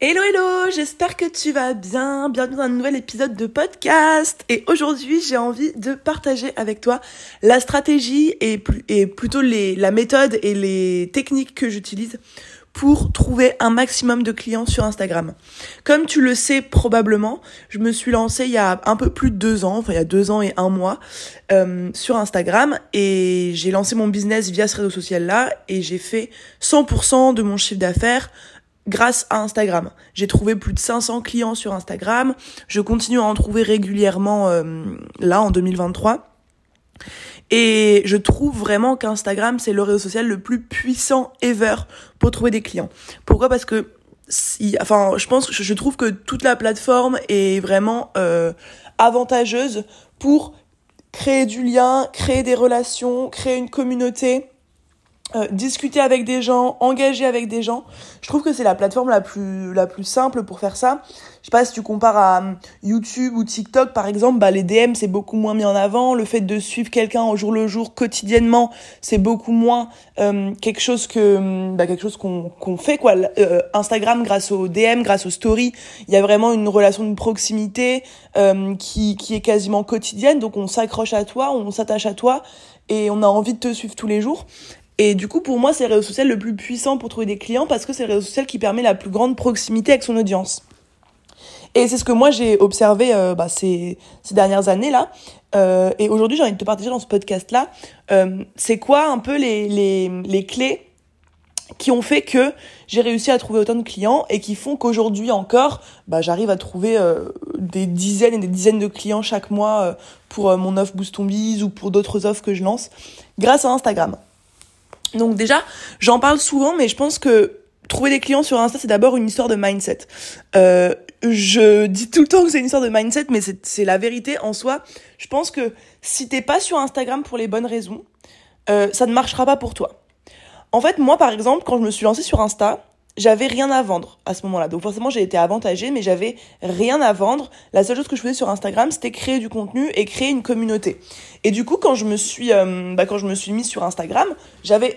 Hello hello, j'espère que tu vas bien, bienvenue dans un nouvel épisode de podcast. Et aujourd'hui j'ai envie de partager avec toi la stratégie et plutôt la méthode et les techniques que j'utilise pour trouver un maximum de clients sur Instagram. Comme tu le sais probablement, je me suis lancée il y a un peu plus de 2 ans, enfin il y a 2 ans et 1 mois sur Instagram, et j'ai lancé mon business via ce réseau social là et j'ai fait 100% de mon chiffre d'affaires grâce à Instagram. J'ai trouvé plus de 500 clients sur Instagram. Je continue à en trouver régulièrement là en 2023. Et je trouve vraiment qu'Instagram, c'est le réseau social le plus puissant ever pour trouver des clients. Pourquoi ? Parce que je trouve que toute la plateforme est vraiment avantageuse pour créer du lien, créer des relations, créer une communauté. Discuter avec des gens, engager avec des gens. Je trouve que c'est la plateforme la plus simple pour faire ça. Je sais pas si tu compares à YouTube ou TikTok par exemple, les DM c'est beaucoup moins mis en avant. Le fait de suivre quelqu'un au jour le jour quotidiennement, c'est beaucoup moins quelque chose qu'on fait quoi. Instagram, grâce aux DM, grâce aux stories, il y a vraiment une relation de proximité qui est quasiment quotidienne. Donc on s'accroche à toi, on s'attache à toi et on a envie de te suivre tous les jours. Et du coup, pour moi, c'est le réseau social le plus puissant pour trouver des clients parce que c'est le réseau social qui permet la plus grande proximité avec son audience. Et c'est ce que moi, j'ai observé ces dernières années-là. Et aujourd'hui, j'ai envie de te partager dans ce podcast-là, c'est quoi un peu les clés qui ont fait que j'ai réussi à trouver autant de clients et qui font qu'aujourd'hui encore, j'arrive à trouver des dizaines et des dizaines de clients chaque mois pour mon offre Boost Ton Biz ou pour d'autres offres que je lance grâce à Instagram. Donc déjà, j'en parle souvent, mais je pense que trouver des clients sur Insta, c'est d'abord une histoire de mindset. Je dis tout le temps que c'est une histoire de mindset, mais c'est la vérité en soi. Je pense que si t'es pas sur Instagram pour les bonnes raisons, ça ne marchera pas pour toi. En fait, moi, par exemple, quand je me suis lancée sur Insta, j'avais rien à vendre à ce moment-là. Donc forcément, j'ai été avantagée, mais j'avais rien à vendre. La seule chose que je faisais sur Instagram, c'était créer du contenu et créer une communauté. Et du coup, quand je me suis mise sur Instagram, j'avais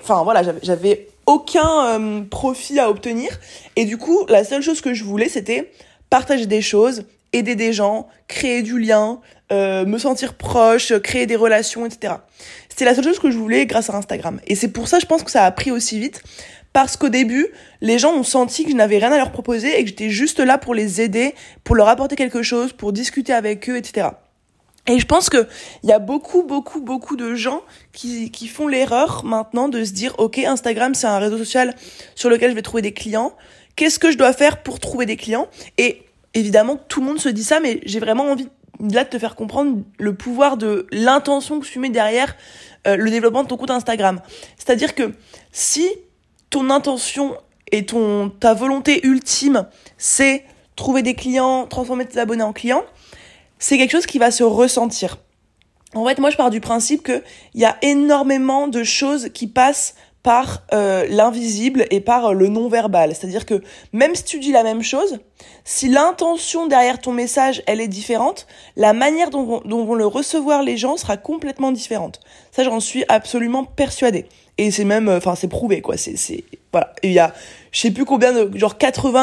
aucun profit à obtenir. Et du coup, la seule chose que je voulais, c'était partager des choses, aider des gens, créer du lien, me sentir proche, créer des relations, etc. C'était la seule chose que je voulais grâce à Instagram. Et c'est pour ça, je pense que ça a pris aussi vite. Parce qu'au début, les gens ont senti que je n'avais rien à leur proposer et que j'étais juste là pour les aider, pour leur apporter quelque chose, pour discuter avec eux, etc. Et je pense que il y a beaucoup de gens qui font l'erreur maintenant de se dire ok, Instagram c'est un réseau social sur lequel je vais trouver des clients. Qu'est-ce que je dois faire pour trouver des clients ? Et évidemment, tout le monde se dit ça, mais j'ai vraiment envie là de te faire comprendre le pouvoir de l'intention que tu mets derrière le développement de ton compte Instagram. C'est-à-dire que si ton intention et ta volonté ultime, c'est trouver des clients, transformer tes abonnés en clients, c'est quelque chose qui va se ressentir. En fait, moi, je pars du principe que il y a énormément de choses qui passent par l'invisible et par le non-verbal. C'est-à-dire que même si tu dis la même chose, si l'intention derrière ton message, elle est différente, la manière dont vont le recevoir les gens sera complètement différente. Ça, j'en suis absolument persuadée. Et c'est même, c'est prouvé, quoi. Voilà. Et il y a, je sais plus combien genre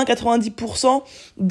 80-90%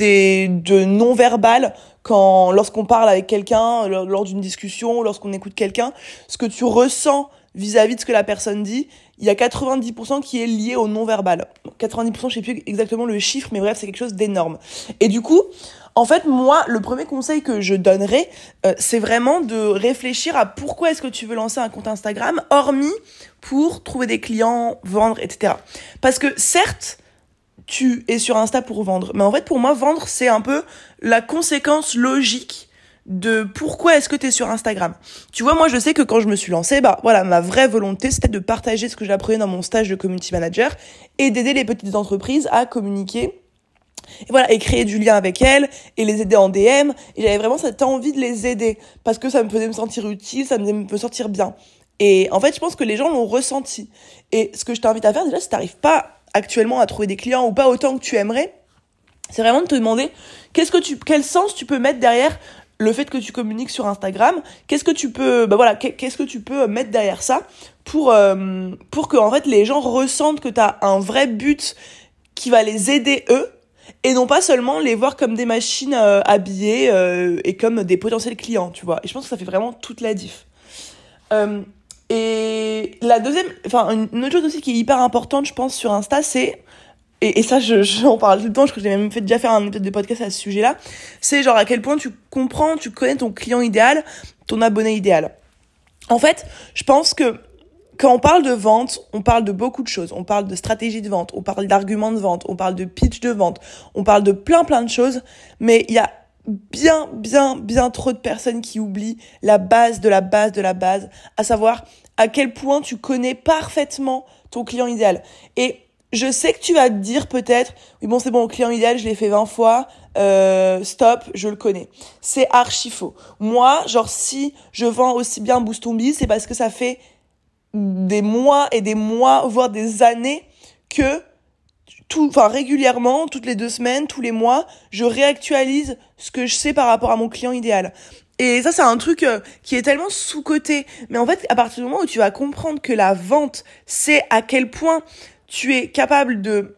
de non-verbal lorsqu'on parle avec quelqu'un, lors d'une discussion, lorsqu'on écoute quelqu'un, ce que tu ressens vis-à-vis de ce que la personne dit, il y a 90% qui est lié au non-verbal. 90%, je sais plus exactement le chiffre, mais bref, c'est quelque chose d'énorme. Et du coup, en fait, moi, le premier conseil que je donnerais, c'est vraiment de réfléchir à pourquoi est-ce que tu veux lancer un compte Instagram, hormis pour trouver des clients, vendre, etc. Parce que certes, tu es sur Insta pour vendre, mais en fait, pour moi, vendre, c'est un peu la conséquence logique de pourquoi est-ce que t'es sur Instagram. Tu vois, moi, je sais que quand je me suis lancée, ma vraie volonté, c'était de partager ce que j'apprenais dans mon stage de community manager et d'aider les petites entreprises à communiquer et créer du lien avec elles et les aider en DM. Et j'avais vraiment cette envie de les aider parce que ça me faisait me sentir utile, ça me faisait me sentir bien. Et en fait, je pense que les gens l'ont ressenti. Et ce que je t'invite à faire, déjà, si t'arrives pas actuellement à trouver des clients ou pas autant que tu aimerais, c'est vraiment de te demander quel sens tu peux mettre derrière le fait que tu communiques sur Instagram. Qu'est-ce que tu peux mettre derrière ça pour que en fait les gens ressentent que tu as un vrai but qui va les aider eux et non pas seulement les voir comme des machines habillées et comme des potentiels clients, tu vois. Et je pense que ça fait vraiment toute la diff. Et la deuxième, enfin une autre chose aussi qui est hyper importante, je pense, sur Insta, c'est et ça j'en parle tout le temps, je crois que j'ai même fait déjà faire un épisode de podcast à ce sujet-là, c'est genre à quel point tu connais ton client idéal, ton abonné idéal. En fait, je pense que quand on parle de vente, on parle de beaucoup de choses. On parle de stratégie de vente, on parle d'arguments de vente, on parle de pitch de vente, on parle de plein de choses, mais il y a bien trop de personnes qui oublient la base de la base de la base, à savoir à quel point tu connais parfaitement ton client idéal. Et je sais que tu vas te dire peut-être, oui bon c'est bon, le client idéal je l'ai fait 20 fois, stop, je le connais. C'est archi faux. Moi, genre si je vends aussi bien Boost Ton Biz, c'est parce que ça fait des mois et des mois, voire des années que régulièrement, toutes les 2 semaines, tous les mois, je réactualise ce que je sais par rapport à mon client idéal. Et ça, c'est un truc qui est tellement sous-coté. Mais en fait, à partir du moment où tu vas comprendre que la vente, c'est à quel point tu es capable de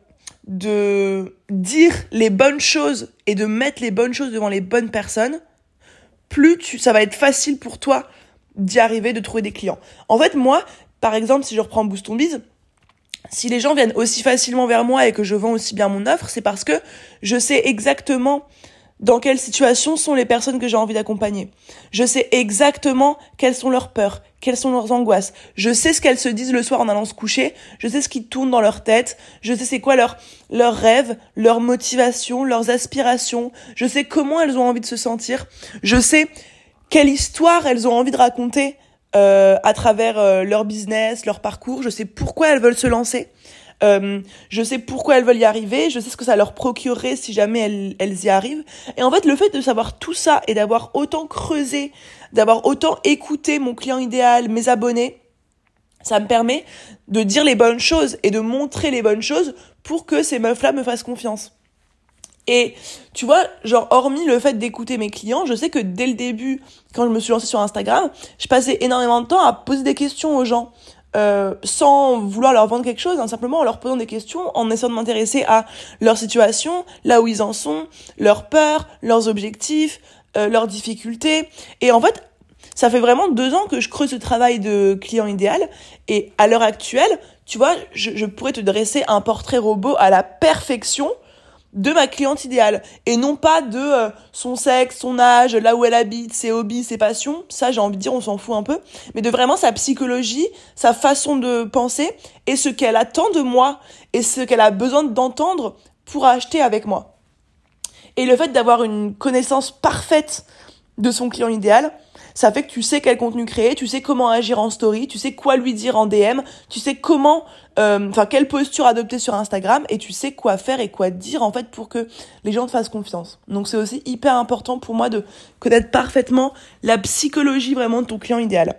dire les bonnes choses et de mettre les bonnes choses devant les bonnes personnes, ça va être facile pour toi d'y arriver, de trouver des clients. En fait, moi, par exemple, si je reprends Boost Ton Biz, si les gens viennent aussi facilement vers moi et que je vends aussi bien mon offre, c'est parce que je sais exactement dans quelle situation sont les personnes que j'ai envie d'accompagner. Je sais exactement quelles sont leurs peurs, quelles sont leurs angoisses. Je sais ce qu'elles se disent le soir en allant se coucher. Je sais ce qui tourne dans leur tête. Je sais c'est quoi leurs rêves, leurs motivations, leurs aspirations. Je sais comment elles ont envie de se sentir. Je sais quelle histoire elles ont envie de raconter à travers leur business, leur parcours. Je sais pourquoi elles veulent se lancer. Je sais pourquoi elles veulent y arriver. Je sais ce que ça leur procurerait si jamais elles y arrivent. Et en fait, le fait de savoir tout ça et d'avoir autant creusé, d'avoir autant écouté mon client idéal, mes abonnés, ça me permet de dire les bonnes choses et de montrer les bonnes choses pour que ces meufs-là me fassent confiance. Et tu vois, genre hormis le fait d'écouter mes clients, je sais que dès le début, quand je me suis lancée sur Instagram, je passais énormément de temps à poser des questions aux gens, sans vouloir leur vendre quelque chose, hein, simplement en leur posant des questions, en essayant de m'intéresser à leur situation, là où ils en sont, leurs peurs, leurs objectifs, leurs difficultés. Et en fait, ça fait vraiment 2 ans que je creuse ce travail de client idéal, et à l'heure actuelle, tu vois, je pourrais te dresser un portrait robot à la perfection de ma cliente idéale, et non pas de son sexe, son âge, là où elle habite, ses hobbies, ses passions. Ça, j'ai envie de dire, on s'en fout un peu, mais de vraiment sa psychologie, sa façon de penser, et ce qu'elle attend de moi, et ce qu'elle a besoin d'entendre pour acheter avec moi. Et le fait d'avoir une connaissance parfaite de son client idéal, ça fait que tu sais quel contenu créer, tu sais comment agir en story, tu sais quoi lui dire en DM, tu sais comment, quelle posture adopter sur Instagram, et tu sais quoi faire et quoi dire en fait pour que les gens te fassent confiance. Donc c'est aussi hyper important pour moi de connaître parfaitement la psychologie vraiment de ton client idéal.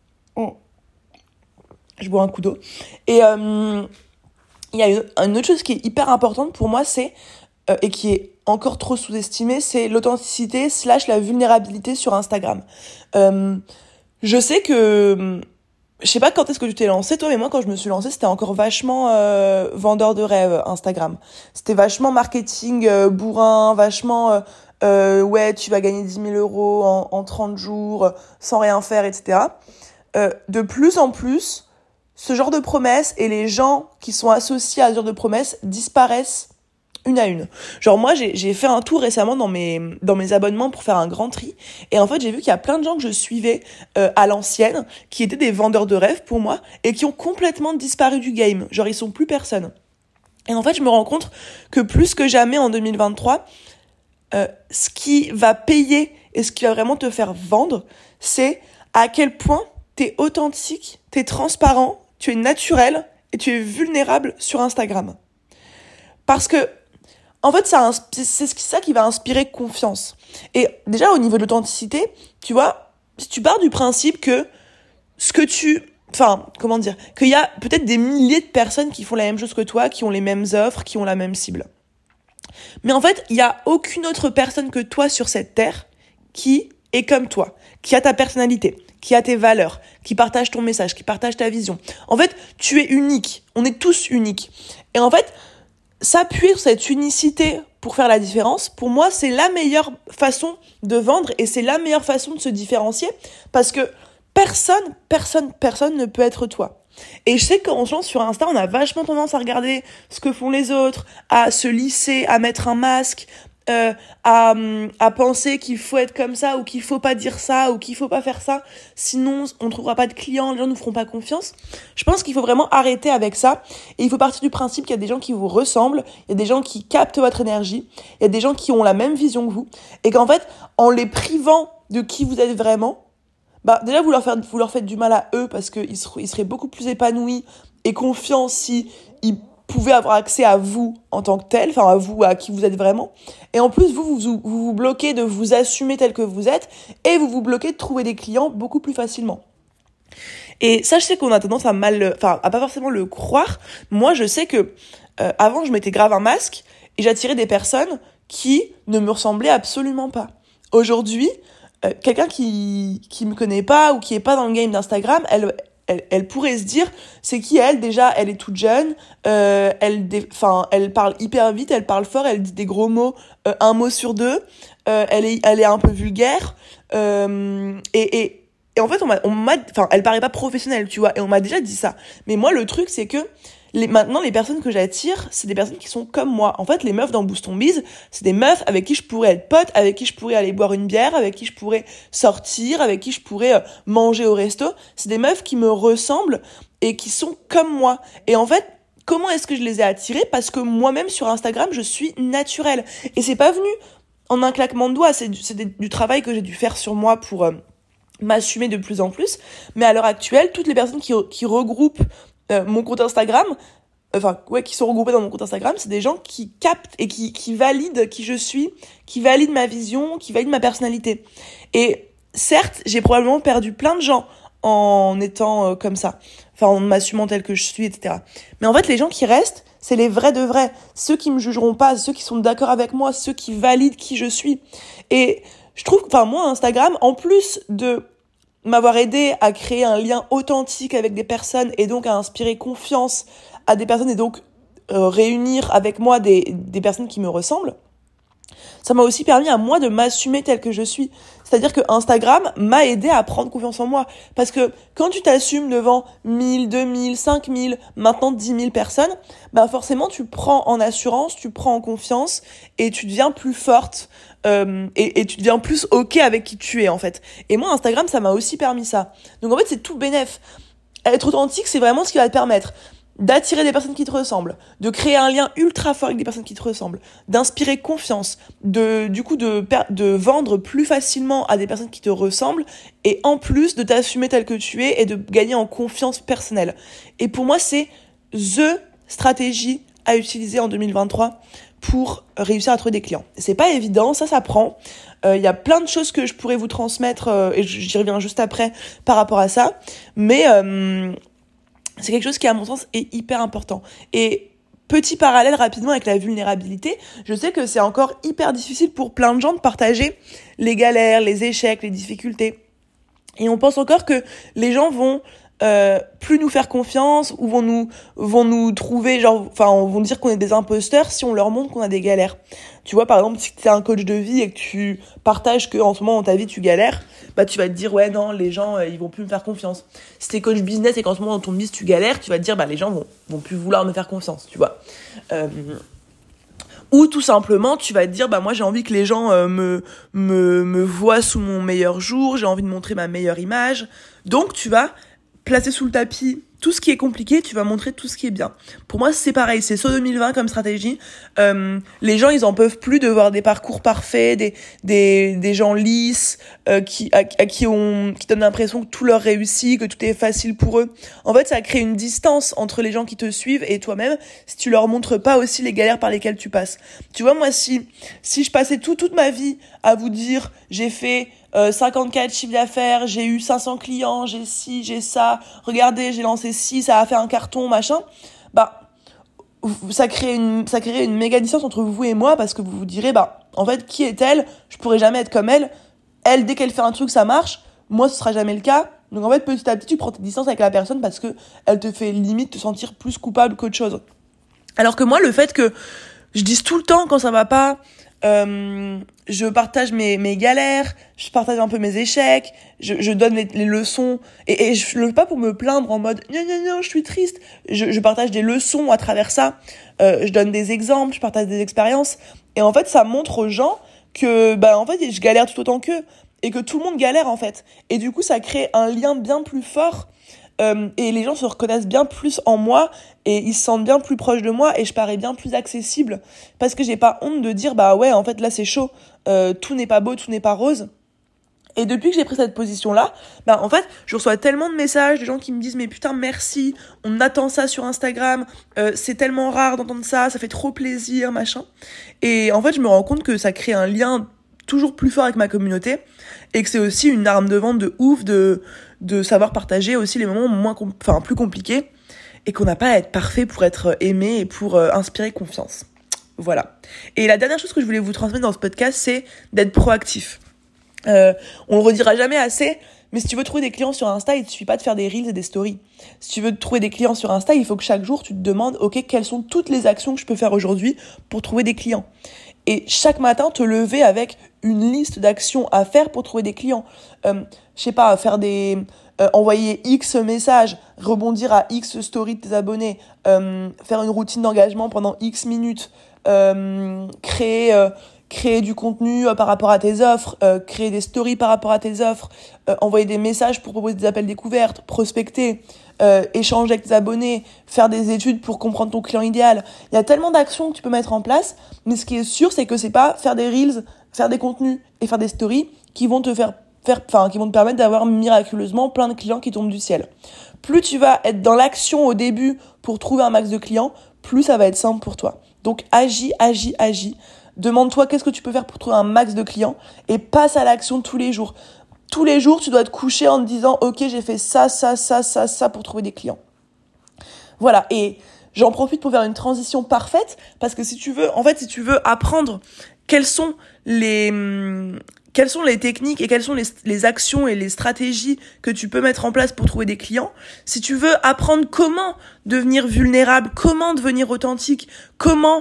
Je bois un coup d'eau. Et il y a une autre chose qui est hyper importante pour moi, c'est et qui est encore trop sous-estimée, c'est l'authenticité / la vulnérabilité sur Instagram. Je sais que, je sais pas quand est-ce que tu t'es lancé toi, mais moi quand je me suis lancée, c'était encore vachement vendeur de rêve Instagram. C'était vachement marketing bourrin, vachement ouais tu vas gagner 10 000 euros en 30 jours sans rien faire, etc. De plus en plus, ce genre de promesses et les gens qui sont associés à ce genre de promesses disparaissent une à une. Genre moi j'ai fait un tour récemment dans mes abonnements pour faire un grand tri, et en fait j'ai vu qu'il y a plein de gens que je suivais à l'ancienne qui étaient des vendeurs de rêves pour moi et qui ont complètement disparu du game. Genre ils sont plus personne. Et en fait je me rends compte que plus que jamais en 2023, ce qui va payer et ce qui va vraiment te faire vendre, c'est à quel point t'es authentique, t'es transparent, tu es naturel et tu es vulnérable sur Instagram. Parce que en fait, c'est ça qui va inspirer confiance. Et déjà, au niveau de l'authenticité, tu vois, si tu pars du principe que qu'il y a peut-être des milliers de personnes qui font la même chose que toi, qui ont les mêmes offres, qui ont la même cible. Mais en fait, il y a aucune autre personne que toi sur cette terre qui est comme toi, qui a ta personnalité, qui a tes valeurs, qui partage ton message, qui partage ta vision. En fait, tu es unique. On est tous uniques. Et en fait, s'appuyer sur cette unicité pour faire la différence, pour moi, c'est la meilleure façon de vendre et c'est la meilleure façon de se différencier parce que personne ne peut être toi. Et je sais qu'en se lance sur Insta, on a vachement tendance à regarder ce que font les autres, à se lisser, à mettre un masque, à penser qu'il faut être comme ça ou qu'il faut pas dire ça ou qu'il faut pas faire ça, sinon on trouvera pas de clients, les gens nous feront pas confiance. Je pense qu'il faut vraiment arrêter avec ça et il faut partir du principe qu'il y a des gens qui vous ressemblent, il y a des gens qui captent votre énergie, il y a des gens qui ont la même vision que vous et qu'en fait, en les privant de qui vous êtes vraiment, déjà vous leur faites du mal à eux parce qu'ils seraient beaucoup plus épanouis et confiants si ils pouvaient avoir accès à vous en tant que tel, enfin à vous, à qui vous êtes vraiment. Et en plus, vous bloquez de vous assumer tel que vous êtes et vous bloquez de trouver des clients beaucoup plus facilement. Et ça, je sais qu'on a tendance à à pas forcément le croire. Moi, je sais que avant, je mettais grave un masque et j'attirais des personnes qui ne me ressemblaient absolument pas. Aujourd'hui, quelqu'un qui me connaît pas ou qui est pas dans le game d'Instagram, elle pourrait se dire c'est qui elle déjà, elle est toute jeune, elle parle hyper vite, elle parle fort, elle dit des gros mots, un mot sur deux, elle est un peu vulgaire et en fait elle paraît pas professionnelle, tu vois, et on m'a déjà dit ça. Mais moi le truc c'est que maintenant, les personnes que j'attire, c'est des personnes qui sont comme moi. En fait, les meufs dans Boost Ton Biz, c'est des meufs avec qui je pourrais être pote, avec qui je pourrais aller boire une bière, avec qui je pourrais sortir, avec qui je pourrais manger au resto. C'est des meufs qui me ressemblent et qui sont comme moi. Et en fait, comment est-ce que je les ai attirées ? Parce que moi-même, sur Instagram, je suis naturelle. Et c'est pas venu en un claquement de doigts. C'est du travail que j'ai dû faire sur moi pour m'assumer de plus en plus. Mais à l'heure actuelle, toutes les personnes qui regroupent mon compte Instagram, qui sont regroupés dans mon compte Instagram, c'est des gens qui captent et qui valident qui je suis, qui valident ma vision, qui valident ma personnalité. Et certes, j'ai probablement perdu plein de gens en étant comme ça, en m'assumant tel que je suis, etc. Mais en fait, les gens qui restent, c'est les vrais de vrais, ceux qui me jugeront pas, ceux qui sont d'accord avec moi, ceux qui valident qui je suis. Et je trouve, moi, Instagram, en plus de m'avoir aidé à créer un lien authentique avec des personnes et donc à inspirer confiance à des personnes et donc réunir avec moi des personnes qui me ressemblent, ça m'a aussi permis à moi de m'assumer telle que je suis. C'est-à-dire que Instagram m'a aidé à prendre confiance en moi. Parce que quand tu t'assumes devant 1000, 2000, 5000, maintenant 10 000 personnes, forcément tu prends en assurance, tu prends en confiance et tu deviens plus forte et tu deviens plus OK avec qui tu es en fait. Et moi, Instagram, ça m'a aussi permis ça. Donc en fait, c'est tout bénef. Être authentique, c'est vraiment ce qui va te permettre d'attirer des personnes qui te ressemblent, de créer un lien ultra fort avec des personnes qui te ressemblent, d'inspirer confiance, de vendre plus facilement à des personnes qui te ressemblent et en plus de t'assumer tel que tu es et de gagner en confiance personnelle. Et pour moi, c'est THE stratégie à utiliser en 2023 pour réussir à trouver des clients. C'est pas évident, ça prend. Il y a plein de choses que je pourrais vous transmettre et j'y reviens juste après par rapport à ça. Mais c'est quelque chose qui, à mon sens, est hyper important. Et petit parallèle rapidement avec la vulnérabilité, je sais que c'est encore hyper difficile pour plein de gens de partager les galères, les échecs, les difficultés. Et on pense encore que les gens vont plus nous faire confiance ou vont nous trouver vont dire qu'on est des imposteurs si on leur montre qu'on a des galères. Tu vois, par exemple, si t'es un coach de vie et que tu partages que en ce moment dans ta vie tu galères, tu vas te dire ouais non, les gens ils vont plus me faire confiance. Si t'es coach business et qu'en ce moment dans ton business tu galères, tu vas te dire les gens vont plus vouloir me faire confiance, tu vois. Ou tout simplement, tu vas te dire, moi j'ai envie que les gens me voient sous mon meilleur jour, j'ai envie de montrer ma meilleure image. Donc tu vas placer sous le tapis tout ce qui est compliqué, tu vas montrer tout ce qui est bien. Pour moi, c'est pareil, c'est SAUT 2020 comme stratégie. Les gens, ils en peuvent plus de voir des parcours parfaits, des gens lisses, qui donnent l'impression que tout leur réussit, que tout est facile pour eux. En fait, ça crée une distance entre les gens qui te suivent et toi-même si tu leur montres pas aussi les galères par lesquelles tu passes. Tu vois, moi, si je passais toute ma vie à vous dire, j'ai fait 54 chiffres d'affaires, j'ai eu 500 clients, j'ai ci, j'ai ça, regardez, j'ai lancé ci, ça a fait un carton, machin, ça créerait une méga distance entre vous et moi parce que vous vous direz, en fait, qui est-elle ? Je pourrais jamais être comme elle. Elle, dès qu'elle fait un truc, ça marche. Moi, ce sera jamais le cas. Donc, en fait, petit à petit, tu prends tes distances avec la personne parce que elle te fait limite te sentir plus coupable qu'autre chose. Alors que moi, le fait que je dis tout le temps quand ça va pas. Je partage mes galères, je partage un peu mes échecs, je donne les leçons, et je le fais pas pour me plaindre en mode non, je suis triste. Je partage des leçons à travers ça, je donne des exemples, je partage des expériences, et en fait ça montre aux gens que en fait je galère tout autant qu'eux, et que tout le monde galère en fait, et du coup ça crée un lien bien plus fort. Et les gens se reconnaissent bien plus en moi et ils se sentent bien plus proches de moi et je parais bien plus accessible parce que j'ai pas honte de dire ouais en fait là c'est chaud, tout n'est pas beau, tout n'est pas rose. Et depuis que j'ai pris cette position-là, en fait, je reçois tellement de messages de gens qui me disent mais putain merci, on attend ça sur Instagram, c'est tellement rare d'entendre ça, ça fait trop plaisir, machin. Et en fait, je me rends compte que ça crée un lien toujours plus fort avec ma communauté et que c'est aussi une arme de vente de ouf de savoir partager aussi les moments plus compliqués et qu'on n'a pas à être parfait pour être aimé et pour inspirer confiance. Voilà. Et la dernière chose que je voulais vous transmettre dans ce podcast, c'est d'être proactif. On le redira jamais assez, mais si tu veux trouver des clients sur Insta, il ne suffit pas de faire des reels et des stories. Si tu veux trouver des clients sur Insta, il faut que chaque jour tu te demandes ok, quelles sont toutes les actions que je peux faire aujourd'hui pour trouver des clients. Et chaque matin, te lever avec une liste d'actions à faire pour trouver des clients. Je sais pas, envoyer X messages, rebondir à X stories de tes abonnés, faire une routine d'engagement pendant X minutes, créer du contenu par rapport à tes offres, créer des stories par rapport à tes offres, envoyer des messages pour proposer des appels découvertes, prospecter, échanger avec tes abonnés, faire des études pour comprendre ton client idéal. Il y a tellement d'actions que tu peux mettre en place, mais ce qui est sûr, c'est que c'est pas faire des reels, faire des contenus et faire des stories qui vont te qui vont te permettre d'avoir miraculeusement plein de clients qui tombent du ciel. Plus tu vas être dans l'action au début pour trouver un max de clients, plus ça va être simple pour toi. Donc agis. Demande-toi qu'est-ce que tu peux faire pour trouver un max de clients et passe à l'action tous les jours. Tous les jours, tu dois te coucher en te disant « Ok, j'ai fait ça pour trouver des clients. » Voilà, et j'en profite pour faire une transition parfaite parce que si tu veux apprendre quelles sont les techniques et quelles sont les actions et les stratégies que tu peux mettre en place pour trouver des clients, si tu veux apprendre comment devenir vulnérable, comment devenir authentique, comment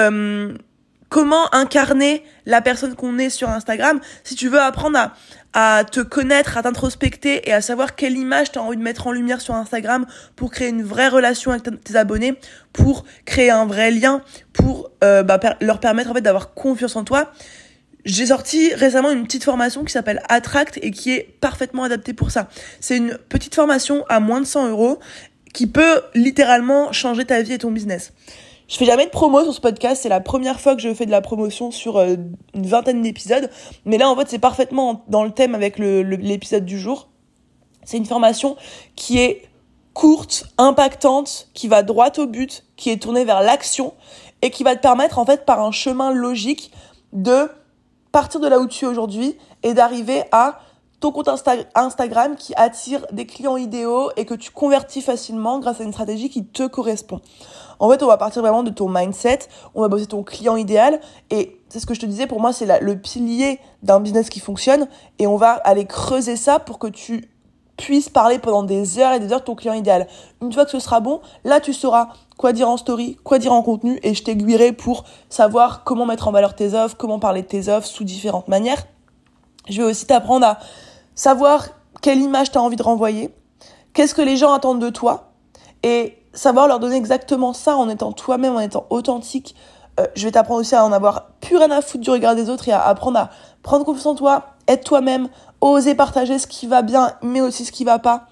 incarner la personne qu'on est sur Instagram, si tu veux apprendre à te connaître, à t'introspecter et à savoir quelle image tu as envie de mettre en lumière sur Instagram pour créer une vraie relation avec tes abonnés, pour créer un vrai lien, pour leur permettre en fait d'avoir confiance en toi. J'ai sorti récemment une petite formation qui s'appelle Attract et qui est parfaitement adaptée pour ça. C'est une petite formation à moins de 100€ qui peut littéralement changer ta vie et ton business. Je fais jamais de promo sur ce podcast, c'est la première fois que je fais de la promotion sur une 20aine d'épisodes, mais là en fait c'est parfaitement dans le thème avec l'épisode du jour. C'est une formation qui est courte, impactante, qui va droit au but, qui est tournée vers l'action et qui va te permettre en fait par un chemin logique de partir de là où tu es aujourd'hui et d'arriver à ton compte Instagram qui attire des clients idéaux et que tu convertis facilement grâce à une stratégie qui te correspond. En fait, on va partir vraiment de ton mindset, on va bosser ton client idéal et c'est ce que je te disais, pour moi, c'est le pilier d'un business qui fonctionne et on va aller creuser ça pour que tu puisses parler pendant des heures et des heures de ton client idéal. Une fois que ce sera bon, là, tu sauras quoi dire en story, quoi dire en contenu et je t'aiguillerai pour savoir comment mettre en valeur tes offres, comment parler de tes offres sous différentes manières. Je vais aussi t'apprendre à savoir quelle image tu as envie de renvoyer, qu'est-ce que les gens attendent de toi et savoir leur donner exactement ça en étant toi-même, en étant authentique. Je vais t'apprendre aussi à en avoir plus rien à foutre du regard des autres et à apprendre à prendre confiance en toi, être toi-même, oser partager ce qui va bien mais aussi ce qui va pas.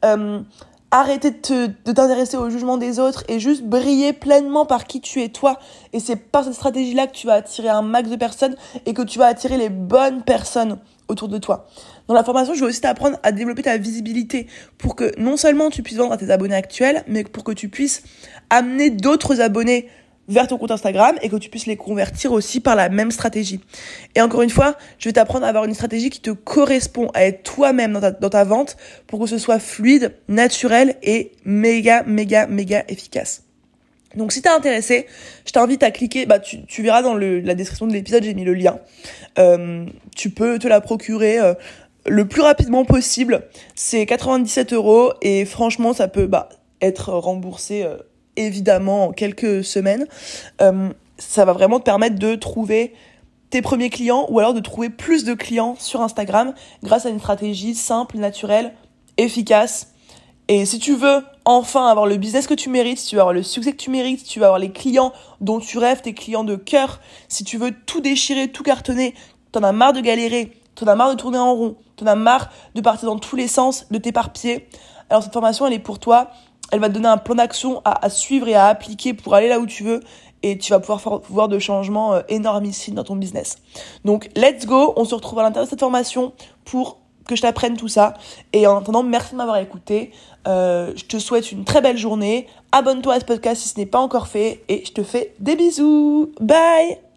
Arrêter de t'intéresser au jugement des autres et juste briller pleinement par qui tu es toi. Et c'est par cette stratégie-là que tu vas attirer un max de personnes et que tu vas attirer les bonnes personnes autour de toi. Dans la formation, je vais aussi t'apprendre à développer ta visibilité pour que non seulement tu puisses vendre à tes abonnés actuels, mais pour que tu puisses amener d'autres abonnés vers ton compte Instagram et que tu puisses les convertir aussi par la même stratégie. Et encore une fois, je vais t'apprendre à avoir une stratégie qui te correspond, à être toi-même dans ta vente pour que ce soit fluide, naturel et méga efficace. Donc si t'es intéressé, je t'invite à cliquer, tu verras dans la description de l'épisode, j'ai mis le lien. Tu peux te la procurer le plus rapidement possible. C'est 97€ et franchement ça peut être remboursé évidemment en quelques semaines. ça va vraiment te permettre de trouver tes premiers clients ou alors de trouver plus de clients sur Instagram grâce à une stratégie simple, naturelle, efficace. Et si tu veux enfin avoir le business que tu mérites, si tu veux avoir le succès que tu mérites, si tu veux avoir les clients dont tu rêves, tes clients de cœur, si tu veux tout déchirer, tout cartonner, t'en as marre de galérer, t'en as marre de tourner en rond, t'en as marre de partir dans tous les sens, de t'éparpiller, alors cette formation, elle est pour toi. Elle va te donner un plan d'action à suivre et à appliquer pour aller là où tu veux. Et tu vas pouvoir voir de changements énormissimes dans ton business. Donc, let's go. On se retrouve à l'intérieur de cette formation pour que je t'apprenne tout ça. Et en attendant, merci de m'avoir écouté. Je te souhaite une très belle journée. Abonne-toi à ce podcast si ce n'est pas encore fait. Et je te fais des bisous. Bye!